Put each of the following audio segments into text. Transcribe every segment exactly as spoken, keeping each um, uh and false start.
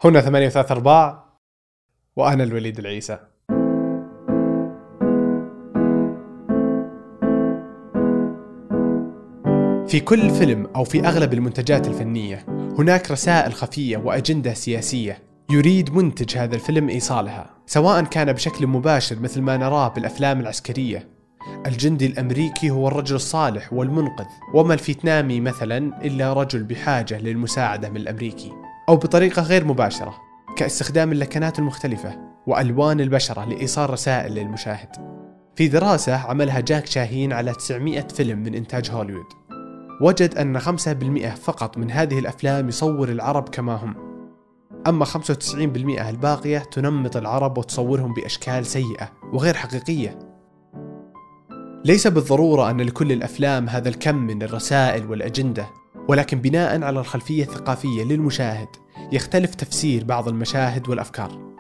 هنا ثمانية وثلاثة أرباع وأنا الوليد العيسى. في كل فيلم أو في أغلب المنتجات الفنية هناك رسائل خفية وأجندة سياسية يريد منتج هذا الفيلم إيصالها، سواء كان بشكل مباشر مثل ما نراه بالأفلام العسكرية، الجندي الأمريكي هو الرجل الصالح والمنقذ، وما الفيتنامي مثلا إلا رجل بحاجة للمساعدة من الأمريكي، أو بطريقة غير مباشرة كاستخدام اللكنات المختلفة وألوان البشرة لإيصال رسائل للمشاهد. في دراسة عملها جاك شاهين على تسعمائة فيلم من إنتاج هوليوود، وجد أن خمسة بالمئة فقط من هذه الأفلام يصور العرب كما هم، أما خمسة وتسعين بالمئة الباقية تنمط العرب وتصورهم بأشكال سيئة وغير حقيقية. ليس بالضرورة أن لكل الأفلام هذا الكم من الرسائل والأجندة، ولكن بناء على الخلفية الثقافية للمشاهد يختلف تفسير بعض المشاهد والأفكار.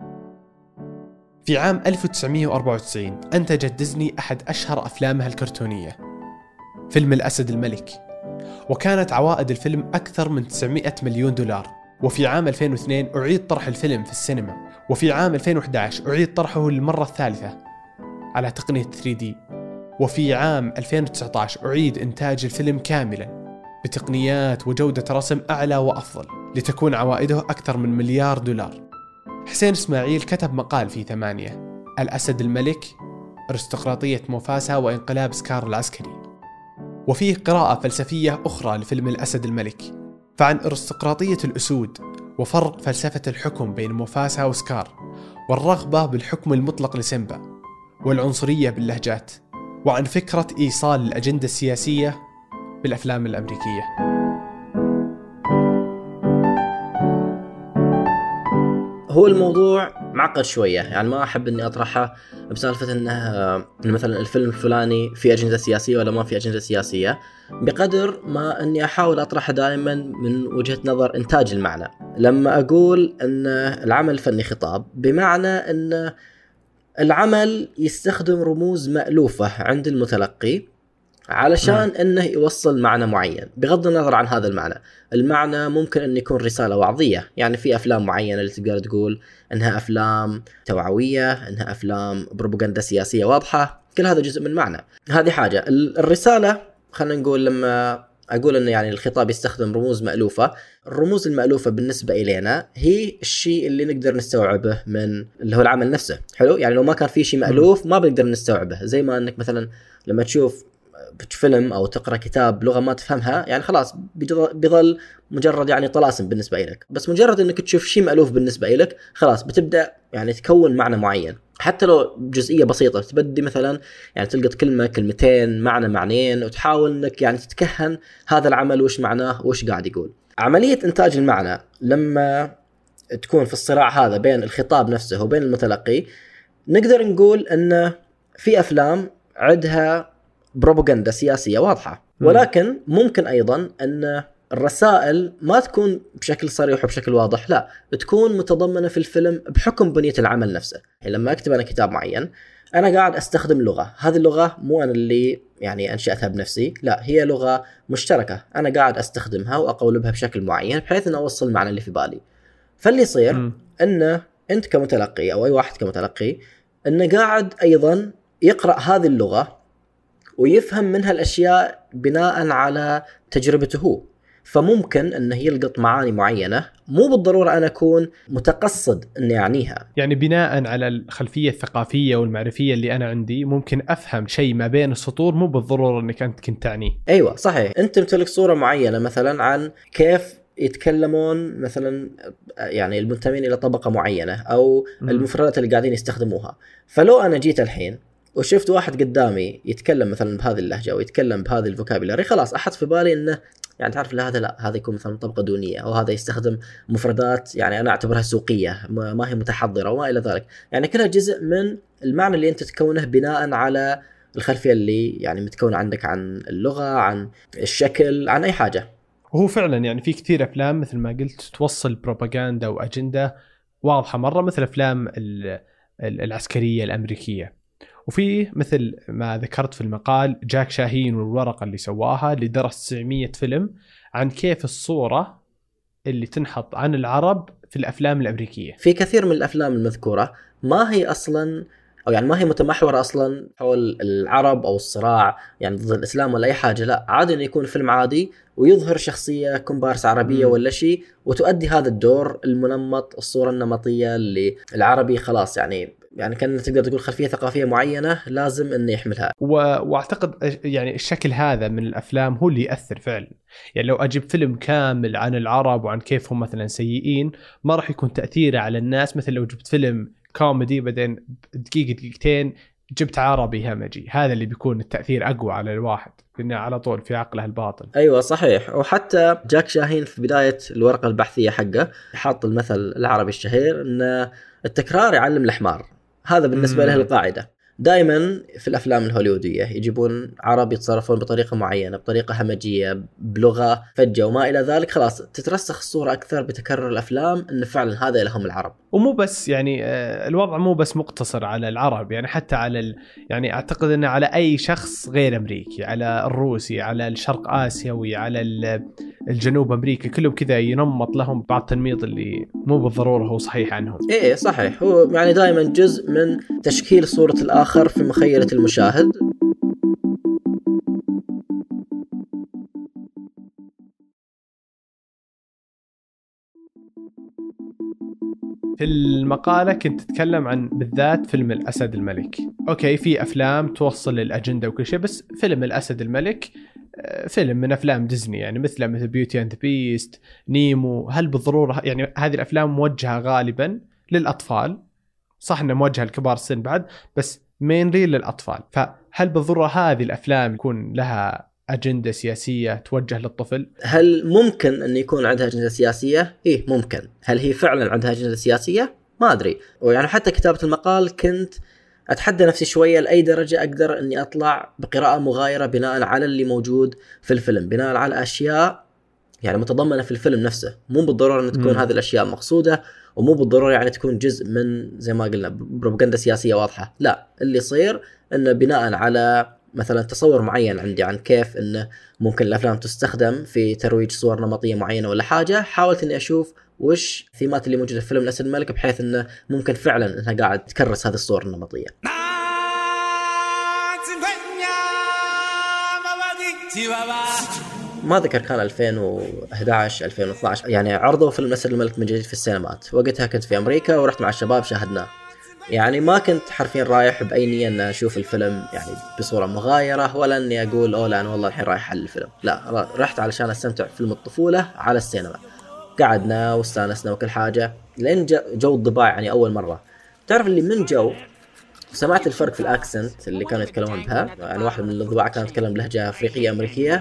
في عام ألف وتسعمائة وأربعة وتسعين أنتجت ديزني أحد أشهر أفلامها الكرتونية، فيلم الأسد الملك، وكانت عوائد الفيلم أكثر من تسعمائة مليون دولار. وفي عام ألفين واثنين أعيد طرح الفيلم في السينما، وفي عام ألفين وأحد عشر أعيد طرحه للمرة الثالثة على تقنية ثري دي، وفي عام ألفين وتسعة عشر أعيد إنتاج الفيلم كاملا بتقنيات وجودة رسم أعلى وأفضل لتكون عوائده أكثر من مليار دولار. حسين إسماعيل كتب مقال في ثمانية: الأسد الملك، أرستقراطية موفاسا وإنقلاب سكار العسكري، وفيه قراءة فلسفية أخرى لفيلم الأسد الملك، فعن أرستقراطية الأسود وفرق فلسفة الحكم بين موفاسا وسكار، والرغبة بالحكم المطلق لسيمبا، والعنصرية باللهجات، وعن فكرة إيصال الأجندة السياسية بالأفلام الأمريكية. هو الموضوع معقد شوية، يعني ما أحب أني أطرحه بسالفة أنه مثلا الفيلم الفلاني في أجندة سياسية ولا ما في أجندة سياسية، بقدر ما أني أحاول أطرحه دائما من وجهة نظر إنتاج المعنى. لما أقول أن العمل الفني خطاب، بمعنى أن العمل يستخدم رموز مألوفة عند المتلقي علشان م. أنه يوصل معنى معين، بغض النظر عن هذا المعنى. المعنى ممكن أن يكون رسالة وعظية، يعني في أفلام معينة اللي تقدر تقول أنها أفلام توعوية، أنها أفلام بروباغندا سياسية واضحة، كل هذا جزء من معنى. هذه حاجة. الرسالة خلينا نقول لما أقول أن يعني الخطاب يستخدم رموز مألوفة، الرموز المألوفة بالنسبة إلينا هي الشيء اللي نقدر نستوعبه من اللي هو العمل نفسه. حلو، يعني لو ما كان في شيء مألوف ما بنقدر نستوعبه. زي ما أنك مثلا لما تشوف فيلم أو تقرأ كتاب لغة ما تفهمها، يعني خلاص بيظل مجرد يعني طلاسم بالنسبة إليك. بس مجرد أنك تشوف شيء مألوف بالنسبة إليك خلاص بتبدأ يعني تكون معنى معين، حتى لو جزئية بسيطة. تبدي مثلا يعني تلقط كلمة كلمتين معنى معنيين، وتحاول أنك يعني تتكهن هذا العمل وش معناه وش قاعد يقول. عملية إنتاج المعنى لما تكون في الصراع هذا بين الخطاب نفسه وبين المتلقي، نقدر نقول أن في أفلام عندها بروباغندا سياسية واضحة، ولكن ممكن أيضا أن الرسائل ما تكون بشكل صريح وبشكل واضح، لا تكون متضمنة في الفيلم بحكم بنية العمل نفسه. يعني لما أكتب أنا كتاب معين، أنا قاعد أستخدم لغة، هذه اللغة مو أنا اللي يعني أنشأتها بنفسي، لا هي لغة مشتركة أنا قاعد أستخدمها وأقولبها بشكل معين بحيث أن أوصل المعنى اللي في بالي. فاللي يصير أن أنت كمتلقي أو أي واحد كمتلقي أنه قاعد أيضا يقرأ هذه اللغة ويفهم منها الأشياء بناء على تجربته هو، فممكن أنه يلقط معاني معينة مو بالضرورة أنا أكون متقصد أني أعنيها. يعني بناء على الخلفية الثقافية والمعرفية اللي أنا عندي ممكن أفهم شيء ما بين السطور مو بالضرورة أنك أنت كنت تعنيه. أيوة صحيح، أنت تمتلك صورة معينة مثلا عن كيف يتكلمون مثلا يعني المنتمين إلى طبقة معينة أو م. المفردات اللي قاعدين يستخدموها. فلو أنا جيت الحين وشفت واحد قدامي يتكلم مثلا بهذه اللهجة أو يتكلم بهذه الفوكابيلاري، خلاص أحط في بالي إنه يعني تعرف لا هذا لا هذا يكون مثلا طبقة دونية، أو هذا يستخدم مفردات يعني أنا أعتبرها سوقية ما هي متحضرة وما إلى ذلك. يعني كلها جزء من المعنى اللي أنت تكونه بناء على الخلفية اللي يعني متكونة عندك عن اللغة، عن الشكل، عن أي حاجة. وهو فعلا يعني في كثير أفلام مثل ما قلت توصل بروباغندا وأجندة واضحة مرة، مثل أفلام العسكرية الأمريكية. وفي مثل ما ذكرت في المقال جاك شاهين والورقة اللي سواها اللي درس تسعمائة فيلم عن كيف الصورة اللي تنحط عن العرب في الأفلام الأمريكية؟ في كثير من الأفلام المذكورة ما هي أصلا أو يعني ما هي متمحورة أصلا حول العرب أو الصراع يعني ضد الإسلام ولا أي حاجة. لا، عادي إنه يكون فيلم عادي ويظهر شخصية كومبارس عربية مم. ولا شيء وتؤدي هذا الدور المنمط، الصورة النمطية اللي العربي خلاص يعني يعني كان تقدر تقول خلفية ثقافية معينة لازم إنه يحملها. و... واعتقد يعني الشكل هذا من الافلام هو اللي ياثر فعلا. يعني لو اجيب فيلم كامل عن العرب وعن كيف هم مثلا سيئين، ما راح يكون تاثيره على الناس مثل لو جبت فيلم كوميدي بعدين دقيقه دقيقتين جبت عربي همجي، هذا اللي بيكون التاثير اقوى على الواحد لانه على طول في عقله الباطن. ايوه صحيح. وحتى جاك شاهين في بدايه الورقه البحثيه حقه حاط المثل العربي الشهير ان التكرار يعلم الحمار. هذا بالنسبه مم. له القاعده. دائما في الافلام الهوليوديه يجيبون عرب يتصرفون بطريقه معينه، بطريقه همجيه، بلغه فجه وما الى ذلك، خلاص تترسخ الصوره اكثر بتكرر الافلام ان فعلا هذا لهم العرب. ومو بس يعني الوضع مو بس مقتصر على العرب، يعني حتى على ال... يعني اعتقد انه على اي شخص غير امريكي، على الروسي، على الشرق اسيوي، على الجنوب امريكا، كلهم كذا ينمط لهم بعض التنميط اللي مو بالضروره هو صحيح عنهم. ايه صحيح. هو يعني دائما جزء من تشكيل صوره الاخر في مخيله المشاهد. في المقالة كنت تتكلم عن بالذات فيلم الأسد الملك. أوكي، في أفلام توصل للأجندة وكل شيء، بس فيلم الأسد الملك فيلم من أفلام ديزني، يعني مثل مثل بيوتي أند بيست، نيمو. هل بالضرورة يعني هذه الأفلام موجهة غالبا للأطفال؟ صح إنها موجهة لكبار السن بعد، بس مينلي للأطفال. فهل بالضرورة هذه الأفلام يكون لها أجندة سياسية توجه للطفل؟ هل ممكن أن يكون عندها أجندة سياسية؟ إيه ممكن. هل هي فعلا عندها أجندة سياسية؟ ما أدري. ويعني حتى كتابة المقال كنت أتحدى نفسي شوية لأي درجة أقدر أني أطلع بقراءة مغايرة بناء على اللي موجود في الفيلم، بناء على أشياء يعني متضمنة في الفيلم نفسه. مو بالضرورة أن تكون م. هذه الأشياء مقصودة، ومو بالضرورة يعني تكون جزء من زي ما قلنا بروباغندا سياسية واضحة. لا، اللي يصير أنه بناء على مثلا تصور معين عندي عن كيف انه ممكن الافلام تستخدم في ترويج صور نمطيه معينه ولا حاجه، حاولت اني اشوف وش الثيمات اللي موجوده في فيلم الاسد الملك بحيث انه ممكن فعلا انها قاعد تكرس هذه الصور النمطيه. ما ذكر كان ألفين وأحد عشر ألفين واثني عشر يعني عرضوا فيلم الاسد الملك من جديد في السينمات. وقتها كنت في امريكا ورحت مع الشباب شاهدناه. يعني ما كنت حرفيا رايح بأي نية أن أشوف الفيلم يعني بصورة مغايرة، ولا أني أقول أوه لا أنا والله الحين رايح على الفيلم. لا، رحت علشان أستمتع فيلم الطفولة على السينما. قعدنا واستانسنا وكل حاجة لأن جو الضباع يعني أول مرة. تعرف اللي من جو سمعت الفرق في الأكسنت اللي كانوا يتكلمون بها. يعني واحد من الضباع كان يتكلم بلهجة أفريقية أمريكية.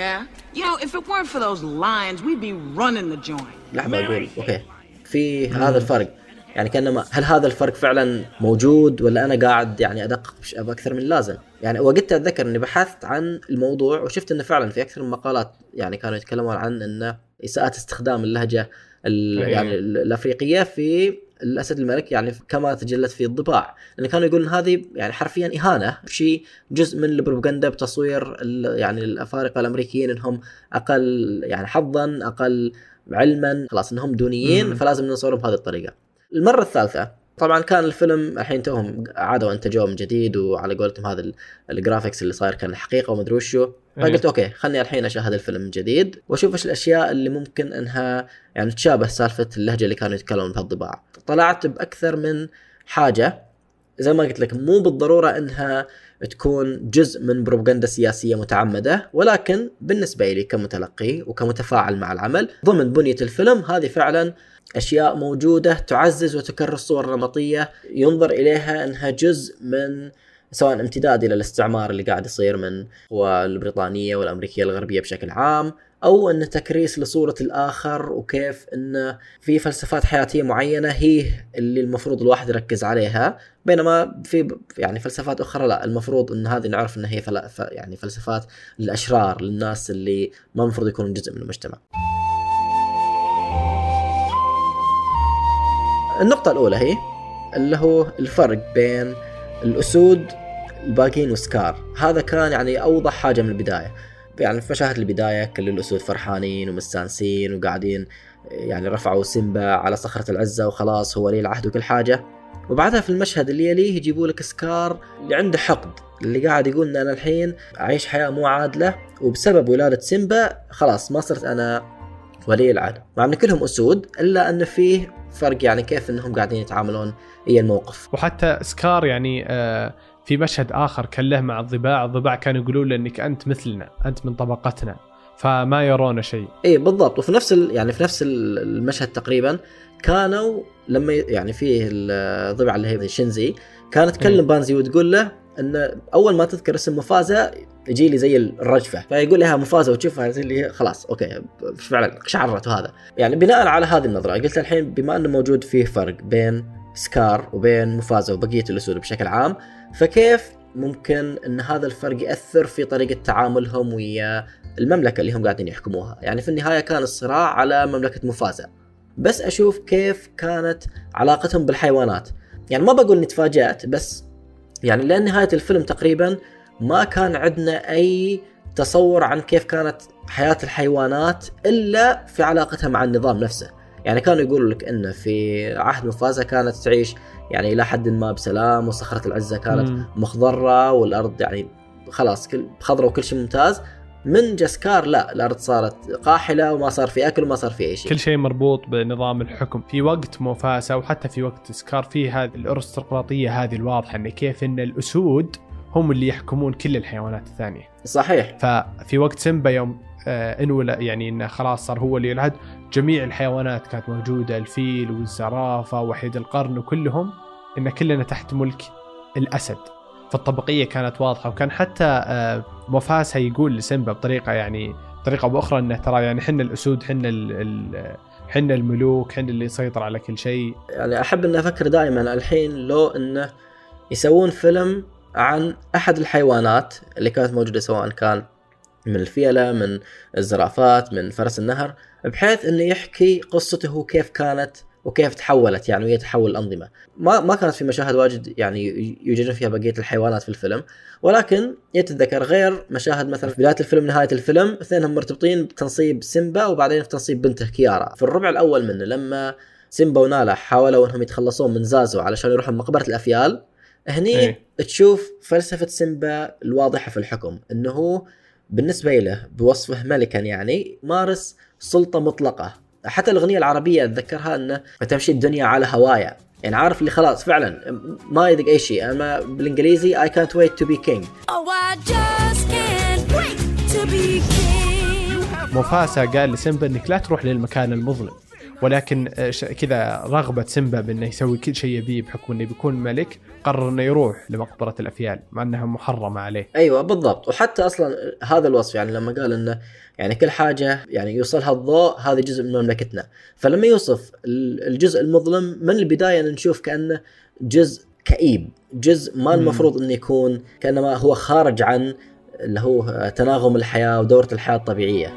لحظة أقول أوكي في هذا الفرق، يعني كأنما هل هذا الفرق فعلا موجود ولا أنا قاعد يعني أدقق أكثر من اللازم؟ يعني وقتها أتذكر أني بحثت عن الموضوع وشفت أنه فعلا في أكثر من مقالات يعني كانوا يتكلمون عن أنه إساءة استخدام اللهجة يعني الأفريقية في الأسد الملك، يعني كما تجلت في الضباع، لأن كانوا يقولون هذه يعني حرفيا إهانة، شيء جزء من البروباغندا بتصوير يعني الأفارقة الأمريكيين أنهم أقل يعني حظا، أقل علما، خلاص أنهم دونيين، فلازم نصورهم بهذه الطريقة. المرة الثالثة طبعا كان الفيلم الحين توهم عادوا انتجوه من جديد، وعلى قولتهم هذا الجرافيكس اللي صاير كان الحقيقة وما ادري وشو. فقلت اوكي خلني الحين اشاهد الفيلم من جديد واشوف ايش الاشياء اللي ممكن انها يعني تشابه سالفة اللهجة اللي كانوا يتكلمون بها الضباع. طلعت باكثر من حاجة زي ما قلت لك، مو بالضرورة انها تكون جزء من بروباغندا سياسية متعمدة، ولكن بالنسبة لي كمتلقي وكمتفاعل مع العمل ضمن بنية الفيلم هذه فعلا أشياء موجودة تعزز وتكرر الصور النمطية ينظر إليها أنها جزء من سواء امتداد إلى الاستعمار اللي قاعد يصير من البريطانية والأمريكية الغربية بشكل عام، أو أن تكريس لصورة الآخر وكيف أن في فلسفات حياتية معينة هي اللي المفروض الواحد يركز عليها، بينما في يعني فلسفات أخرى لا، المفروض أن هذه نعرف أنها هي فل... يعني فلسفات للأشرار، للناس اللي ما المفروض يكونوا جزء من المجتمع. النقطة الأولى هي اللي هو الفرق بين الأسود الباقين وسكار. هذا كان يعني أوضح حاجة من البداية. يعني في مشاهد البداية كل الأسود فرحانين ومستانسين وقاعدين يعني رفعوا سيمبا على صخرة العزة وخلاص هو ولي العهد وكل حاجة. وبعدها في المشهد اللي يليه يجيبوا لك سكار اللي عنده حقد، اللي قاعد يقول ان انا الحين اعيش حياة مو عادلة وبسبب ولادة سيمبا خلاص ما صرت انا ولي العهد، مع ان كلهم اسود الا ان فيه فرق يعني كيف انهم قاعدين يتعاملون اي الموقف. وحتى سكار يعني آه في مشهد اخر كان له مع الضباع، الضباع كانوا يقولون له انك انت مثلنا، انت من طبقتنا، فما يرون شيء. اي بالضبط. وفي نفس يعني في نفس المشهد تقريبا كانوا لما يعني فيه الضبع اللي هي شينزي كانت تكلم بانزي وتقول له ان اول ما تذكر اسم مفازة يجي لي زي الرجفة، فيقول لها مفازة وتشوفها زي اللي خلاص اوكي فعلا شعرت. وهذا يعني بناء على هذه النظرة قلت الحين بما انه موجود فيه فرق بين سكار وبين مفازة وبقية الأسود بشكل عام، فكيف ممكن ان هذا الفرق يأثر في طريقة تعاملهم ويا المملكة اللي هم قاعدين يحكموها؟ يعني في النهاية كان الصراع على مملكة مفازة، بس أشوف كيف كانت علاقتهم بالحيوانات. يعني ما بقول نتفاجأت، بس يعني لأن نهاية الفيلم تقريبا ما كان عندنا أي تصور عن كيف كانت حياة الحيوانات إلا في علاقتها مع النظام نفسه. يعني كانوا يقولوا لك إنه في عهد مفازة كانت تعيش يعني إلى حد ما بسلام، وصخرة العزة كانت م. مخضرة والأرض يعني خلاص كل خضرة وكل شيء ممتاز. من جسكار لا، الأرض صارت قاحلة وما صار في أكل وما صار في أي شيء، كل شيء مربوط بنظام الحكم. في وقت موفاسا وحتى في وقت سكار في هذه الأرستقراطية هذه الواضحة إن كيف إن الأسود هم اللي يحكمون كل الحيوانات الثانية. صحيح. ففي وقت سيمبا يوم آه انولا يعني إنه خلاص صار هو اللي العهد، جميع الحيوانات كانت موجودة، الفيل والزرافة وحيد القرن وكلهم، إن كلنا تحت ملك الأسد. فالطبقية كانت واضحة. وكان حتى مفاسا يقول لسيمبا بطريقة يعني طريقة بأخرى إنه ترى يعني حنا الأسود، حنا حنا الملوك، حنا اللي يسيطر على كل شيء. يعني أحب أن أفكر دائما الحين لو إنه يسوون فيلم عن أحد الحيوانات اللي كانت موجودة، سواء كان من الفيلة، من الزرافات، من فرس النهر، بحيث إنه يحكي قصته كيف كانت وكيف تحولت يعني ويتحول الأنظمة. ما ما كانت في مشاهد واجد يعني يوجدون فيها بقية الحيوانات في الفيلم، ولكن يتذكر غير مشاهد مثلا في بداية الفيلم نهاية الفيلم اثنينهم مرتبطين بتنصيب سيمبا وبعدين في تنصيب بنته كيارا. في الربع الأول منه لما سيمبا ونالا حاولوا أنهم يتخلصون من زازو علشان يروحوا مقبرة الأفيال، هني ايه؟ تشوف فلسفة سيمبا الواضحة في الحكم، أنه هو بالنسبة له بوصفه ملكا يعني مارس سلطة مطلقة. حتى الأغنية العربية أتذكرها أنه تمشي الدنيا على هوايا، يعني عارف اللي خلاص فعلا ما يدق أي شيء. أما بالإنجليزي I can't wait to be king. Oh, I just can't wait to be king. مفاسا قال لسيمبا إنك لا تروح للمكان المظلم، ولكن كذا رغبة سيمبا بأنه يسوي كل شيء يبيه بحكم أنه بيكون ملك، قرر أنه يروح لمقبرة الأفيال مع أنها محرمة عليه. أيوة بالضبط. وحتى أصلا هذا الوصف يعني لما قال أنه يعني كل حاجة يعني يوصلها الضوء هذا جزء من مملكتنا، فلما يوصف الجزء المظلم من البداية نشوف كأنه جزء كئيب، جزء ما المفروض أنه يكون، كأنما هو خارج عن اللي هو تناغم الحياة ودورة الحياة الطبيعية.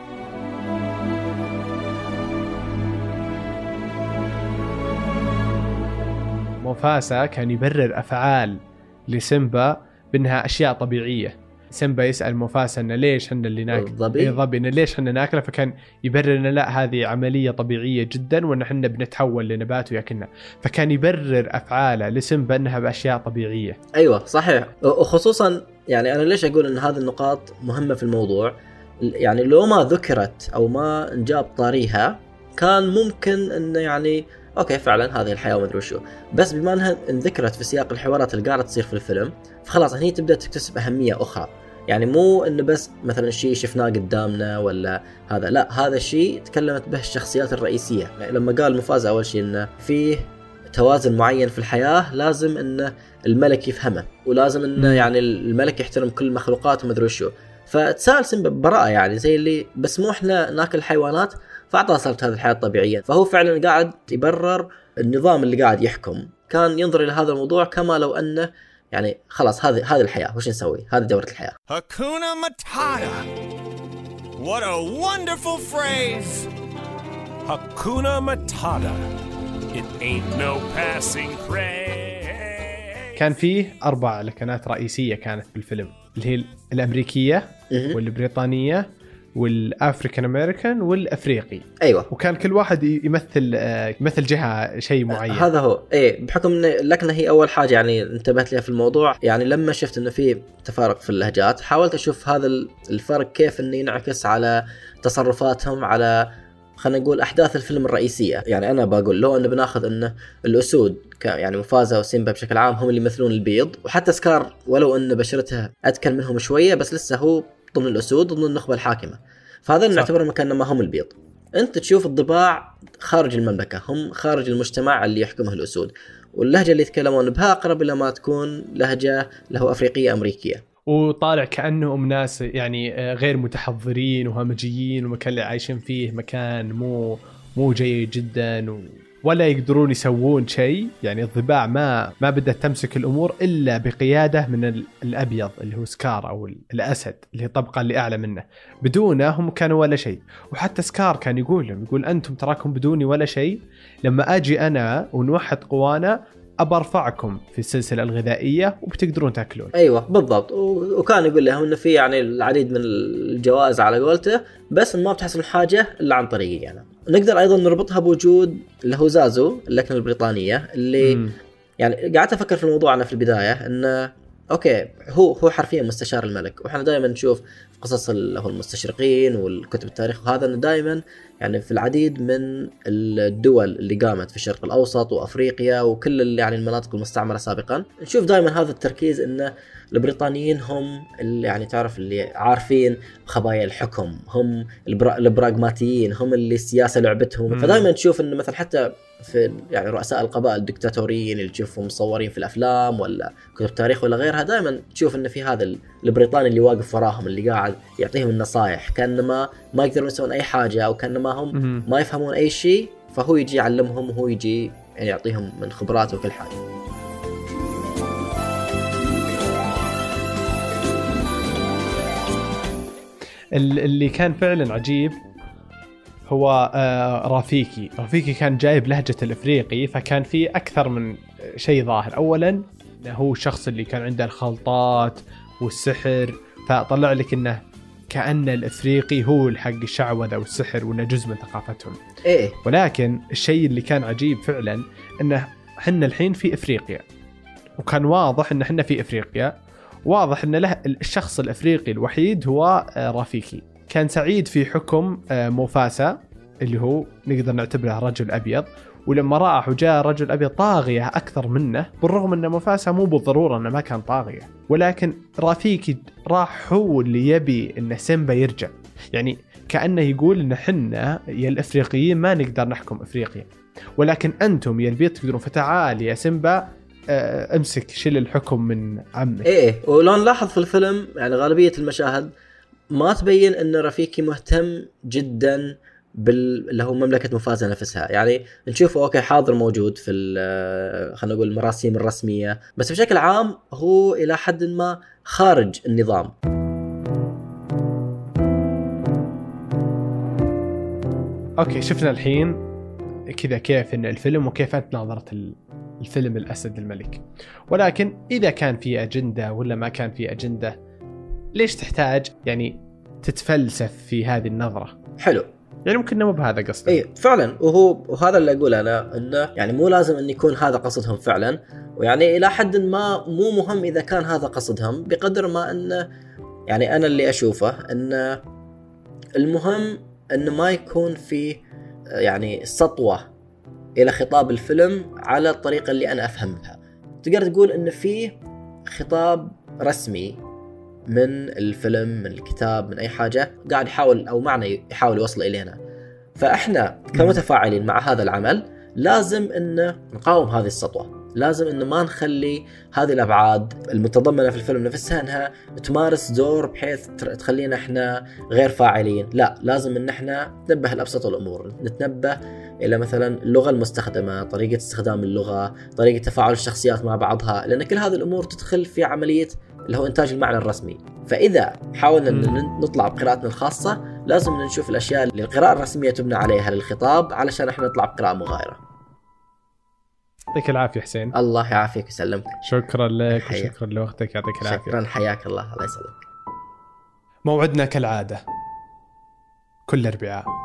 مفاسا كان يبرر أفعال لسيمبا بأنها أشياء طبيعية. سيمبا يسأل مفاسا إنه ليش إحنا اللي ناكل الضبي، إنه ليش إحنا ناكله، فكان يبرر إنه لا هذه عملية طبيعية جدا وإن إحنا بنتحول لنبات ويأكلنا. فكان يبرر أفعاله لسيمبا إنها بأشياء طبيعية. أيوة صحيح. وخصوصا يعني أنا ليش أقول إن هذه النقاط مهمة في الموضوع، يعني لو ما ذكرت أو ما نجاب طاريها كان ممكن إنه يعني اوكي فعلا هذه الحياة ومدري وشو، بس بما انها انذكرت في سياق الحوارات اللي قاعدة تصير في الفيلم فخلاص هني تبدأ تكتسب أهمية أخرى. يعني مو انه بس مثلا شيء شفناه قدامنا ولا هذا، لا هذا الشيء تكلمت به الشخصيات الرئيسية. يعني لما قال مفازة اول شيء انه فيه توازن معين في الحياة لازم انه الملك يفهمه، ولازم انه يعني الملك يحترم كل المخلوقات ومدري وشو، فتسال سيمبا ببراءة يعني زي اللي بس مو احنا ناكل الحيوانات، فأعطاه صارت هذه الحياة الطبيعية. فهو فعلا قاعد يبرر النظام اللي قاعد يحكم، كان ينظر إلى هذا الموضوع كما لو أنه يعني خلاص هذه هذه الحياة، وش نسوي؟ هذه دورة الحياة. Hakuna Matata. What a wonderful phrase. Hakuna Matata. It ain't no passing craze. كان فيه أربع لكنات رئيسية كانت بالفيلم، اللي هي الأمريكية والبريطانية والافريكان امريكان والافريقي. ايوه، وكان كل واحد يمثل يمثل جهه شيء معين. هذا هو. ايه، بحكم ان لكن هي اول حاجه يعني انتبهت لها في الموضوع. يعني لما شفت انه في تفارق في اللهجات حاولت اشوف هذا الفرق كيف انه ينعكس على تصرفاتهم، على خلينا نقول احداث الفيلم الرئيسيه. يعني انا بقول لو انه بناخذ انه الاسود يعني مفازا وسيمبا بشكل عام هم اللي يمثلون البيض، وحتى سكار ولو انه بشرتها اتكل منهم شويه بس لسه هو ضمن الاسود ضمن النخبه الحاكمه، فهذا نعتبره مكان ما هم البيض. انت تشوف الضباع خارج المملكه، هم خارج المجتمع اللي يحكمه الاسود، واللهجه اللي يتكلمون بها اقرب الى ما تكون لهجه له افريقيه امريكيه، وطالع كأنهم ناس يعني غير متحضرين وهمجيين، والمكان اللي عايشين فيه مكان مو مو جيد جدا، و ولا يقدرون يسوون شيء. يعني الضباع ما ما بدأت تمسك الأمور إلا بقيادة من الأبيض اللي هو سكار أو الأسد اللي هي الطبقة اللي أعلى منه. بدونه هم كانوا ولا شيء. وحتى سكار كان يقول لهم يقول أنتم تراكم بدوني ولا شيء، لما أجي أنا ونوحد قوانا أبرفعكم في السلسلة الغذائية وبتقدرون تأكلون. أيوة بالضبط. وكان يقول لهم إنه في يعني العديد من الجوائز على قولته، بس ما بتحصل حاجة إلا عن طريقي يعني. نقدر أيضا نربطها بوجود اللي هو زازو اللكنة البريطانية اللي م. يعني قعدت أفكر في الموضوع أنا في البداية إنه أوكي هو هو حرفيا مستشار الملك، وإحنا دائما نشوف قصص اللي هو المستشرقين والكتب التاريخ وهذا إنه دائما يعني في العديد من الدول اللي قامت في الشرق الأوسط وأفريقيا وكل اللي يعني المناطق المستعمرة سابقا، نشوف دائما هذا التركيز إن البريطانيين هم اللي يعني تعرف اللي عارفين خبايا الحكم، هم البراغماتيين، هم اللي السياسة لعبتهم. فدائما تشوف إنه مثلا حتى في يعني رؤساء القبائل الدكتاتوريين اللي تشوفهم مصورين في الأفلام ولا كتب تاريخ ولا غيرها، دائما تشوف إن في هذا البريطاني اللي واقف وراهم اللي قاعد يعطيهم النصائح، كأنما ما يقدرون يسوون أي حاجة أو كأنما هم ما يفهمون أي شيء، فهو يجي يعلمهم وهو يجي يعني يعطيهم من خبراته وكل حاجة. اللي كان فعلا عجيب هو رافيكي. رافيكي كان جايب لهجة الإفريقي، فكان في أكثر من شيء ظاهر. أولا هو الشخص اللي كان عنده الخلطات والسحر، فطلع لك إنه كأن الإفريقي هو الحق الشعوذة والسحر وإنه جزء من ثقافتهم. إيه. ولكن الشيء اللي كان عجيب فعلا إنه حنا الحين في إفريقيا، وكان واضح إن حنا في إفريقيا، واضح إن له الشخص الإفريقي الوحيد هو رافيكي. كان سعيد في حكم موفاسا اللي هو نقدر نعتبره رجل أبيض، ولما راح وجاء رجل أبيض طاغية أكثر منه، بالرغم أن موفاسا مو بالضرورة أنه ما كان طاغية، ولكن رافيكي راح هو اللي يبي أن سيمبا يرجع. يعني كأنه يقول أن حنا يا الإفريقيين ما نقدر نحكم إفريقيا، ولكن أنتم يا البيض تقدرون، فتعال يا سيمبا امسك شيل الحكم من عمك. إيه. ولو نلاحظ في الفيلم يعني غالبية المشاهد ما تبين أن رافيكي مهتم جدا بال اللي هو مملكة مفازة نفسها. يعني نشوفه أوكي حاضر موجود في خلينا نقول المراسيم الرسمية، بس بشكل عام هو إلى حد ما خارج النظام. أوكي شفنا الحين كذا كيف إن الفيلم وكيف أنت نظرت الفيلم الأسد الملك، ولكن إذا كان في أجندة ولا ما كان في أجندة، ليش تحتاج يعني تتفلسف في هذه النظرة؟ حلو. يعني ممكن نمو بهذا قصدي. اي فعلا، وهو وهذا اللي اقول انا انه يعني مو لازم ان يكون هذا قصدهم فعلا، ويعني الى حد ما مو مهم اذا كان هذا قصدهم، بقدر ما انه يعني انا اللي اشوفه انه المهم انه ما يكون في يعني سطوة الى خطاب الفيلم على الطريقة اللي انا افهمها. تقدر تقول ان في خطاب رسمي من الفيلم، من الكتاب، من أي حاجة قاعد يحاول أو معنى يحاول يوصل إلينا، فإحنا كمتفاعلين مع هذا العمل لازم إن نقاوم هذه السطوة، لازم إن ما نخلي هذه الأبعاد المتضمنة في الفيلم نفسها إنها تمارس دور بحيث تخلينا إحنا غير فاعلين. لا، لازم إن إحنا نتنبه لأبسط الأمور، نتنبه إلى مثلا اللغة المستخدمة، طريقة استخدام اللغة، طريقة تفاعل الشخصيات مع بعضها، لأن كل هذه الأمور تدخل في عملية اللي هو إنتاج المعنى الرسمي. فإذا حاولنا أن نطلع بقراءتنا الخاصة لازم نشوف الأشياء اللي القراءة الرسمية تبنى عليها للخطاب علشان إحنا نطلع بقراءة مغايرة. يعطيك العافية حسين. الله يعافيك ويسلمك. شكرا لك وشكرا لوقتك. يعطيك العافية. شكرا، حياك الله. الله يسلمك. موعدنا كالعادة كل أربعاء.